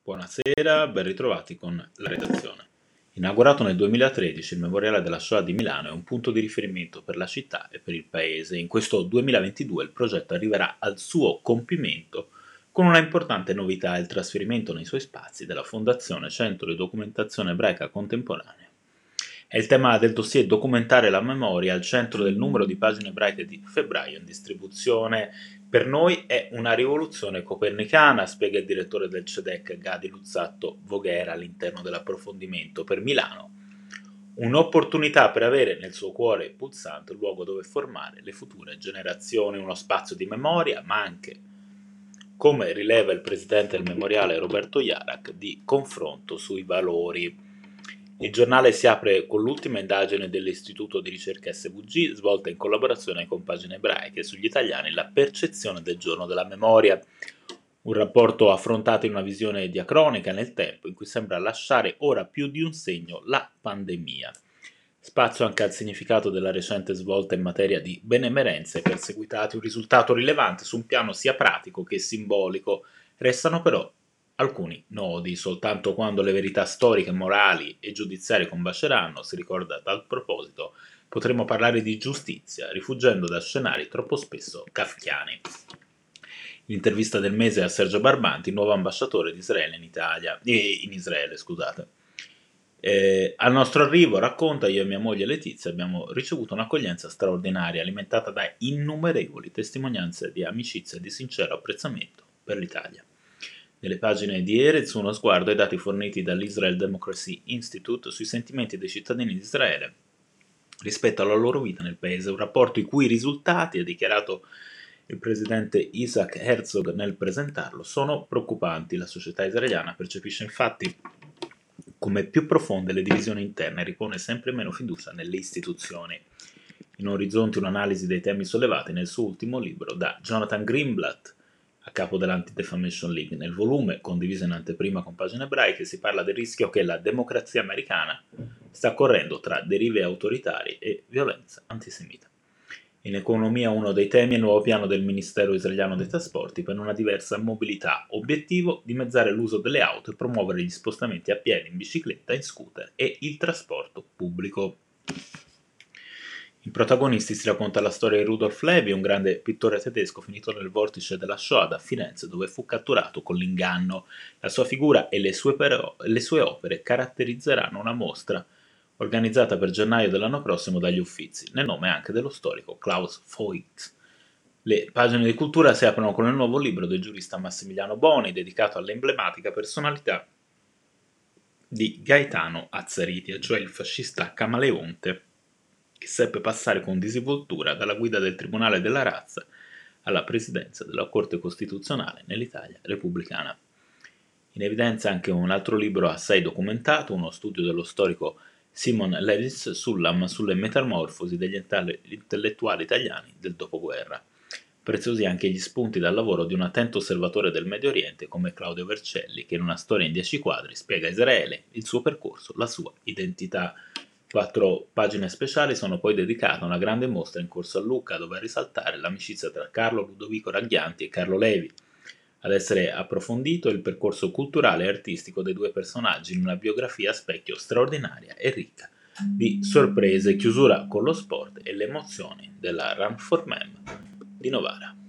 Buonasera, ben ritrovati con la redazione. Inaugurato nel 2013, il Memoriale della Shoah di Milano è un punto di riferimento per la città e per il paese. In questo 2022 il progetto arriverà al suo compimento con una importante novità: il trasferimento nei suoi spazi della Fondazione Centro di Documentazione Ebraica Contemporanea. È il tema del dossier Documentare la memoria al centro del numero di pagine ebraiche di febbraio in distribuzione. Per noi è una rivoluzione copernicana, spiega il direttore del CEDEC Gadi Luzzatto Voghera all'interno dell'approfondimento. Per Milano un'opportunità per avere nel suo cuore pulsante un luogo dove formare le future generazioni, uno spazio di memoria, ma anche, come rileva il presidente del memoriale Roberto Iarac, di confronto sui valori. Il giornale si apre con l'ultima indagine dell'Istituto di ricerca SVG, svolta in collaborazione con Pagine Ebraiche, sugli italiani la percezione del giorno della memoria. Un rapporto affrontato in una visione diacronica nel tempo, in cui sembra lasciare ora più di un segno la pandemia. Spazio anche al significato della recente svolta in materia di benemerenza e perseguitati, un risultato rilevante su un piano sia pratico che simbolico. Restano però alcuni nodi. Soltanto quando le verità storiche, morali e giudiziarie combaceranno, si ricorda a tal proposito, potremo parlare di giustizia, rifuggendo da scenari troppo spesso kafkiani. L'intervista del mese a Sergio Barbanti, nuovo ambasciatore di Israele in Israele. Al nostro arrivo, racconta, io e mia moglie Letizia abbiamo ricevuto un'accoglienza straordinaria, alimentata da innumerevoli testimonianze di amicizia e di sincero apprezzamento per l'Italia. Nelle pagine di Erez uno sguardo ai dati forniti dall'Israel Democracy Institute sui sentimenti dei cittadini di Israele rispetto alla loro vita nel paese, un rapporto i cui risultati, ha dichiarato il presidente Isaac Herzog nel presentarlo, sono preoccupanti. La società israeliana percepisce infatti come più profonde le divisioni interne e ripone sempre meno fiducia nelle istituzioni. In Orizzonti un'analisi dei temi sollevati nel suo ultimo libro da Jonathan Greenblatt, a capo dell'Anti-Defamation League. Nel volume, condiviso in anteprima con Pagine Ebraiche, si parla del rischio che la democrazia americana sta correndo tra derive autoritarie e violenza antisemita. In economia uno dei temi è il nuovo piano del Ministero israeliano dei trasporti per una diversa mobilità, obiettivo dimezzare l'uso delle auto e promuovere gli spostamenti a piedi, in bicicletta, in scooter e il trasporto pubblico. In Protagonisti si racconta la storia di Rudolf Levi, un grande pittore tedesco finito nel vortice della Shoah a Firenze, dove fu catturato con l'inganno. La sua figura e le sue opere caratterizzeranno una mostra organizzata per gennaio dell'anno prossimo dagli Uffizi, nel nome anche dello storico Klaus Voigt. Le pagine di cultura si aprono con il nuovo libro del giurista Massimiliano Boni, dedicato all'emblematica personalità di Gaetano Azzariti, cioè il fascista camaleonte che seppe passare con disinvoltura dalla guida del Tribunale della Razza alla presidenza della Corte Costituzionale nell'Italia repubblicana. In evidenza anche un altro libro assai documentato, uno studio dello storico Simon Levis sulle metamorfosi degli intellettuali italiani del dopoguerra. Preziosi anche gli spunti dal lavoro di un attento osservatore del Medio Oriente come Claudio Vercelli, che in una storia in 10 quadri spiega a Israele il suo percorso, la sua identità. 4 pagine speciali sono poi dedicate a una grande mostra in corso a Lucca, dove a risaltare l'amicizia tra Carlo Ludovico Ragghianti e Carlo Levi. Ad essere approfondito il percorso culturale e artistico dei due personaggi in una biografia a specchio straordinaria e ricca di sorprese. Chiusura con lo sport e le emozioni della Run for Mem di Novara.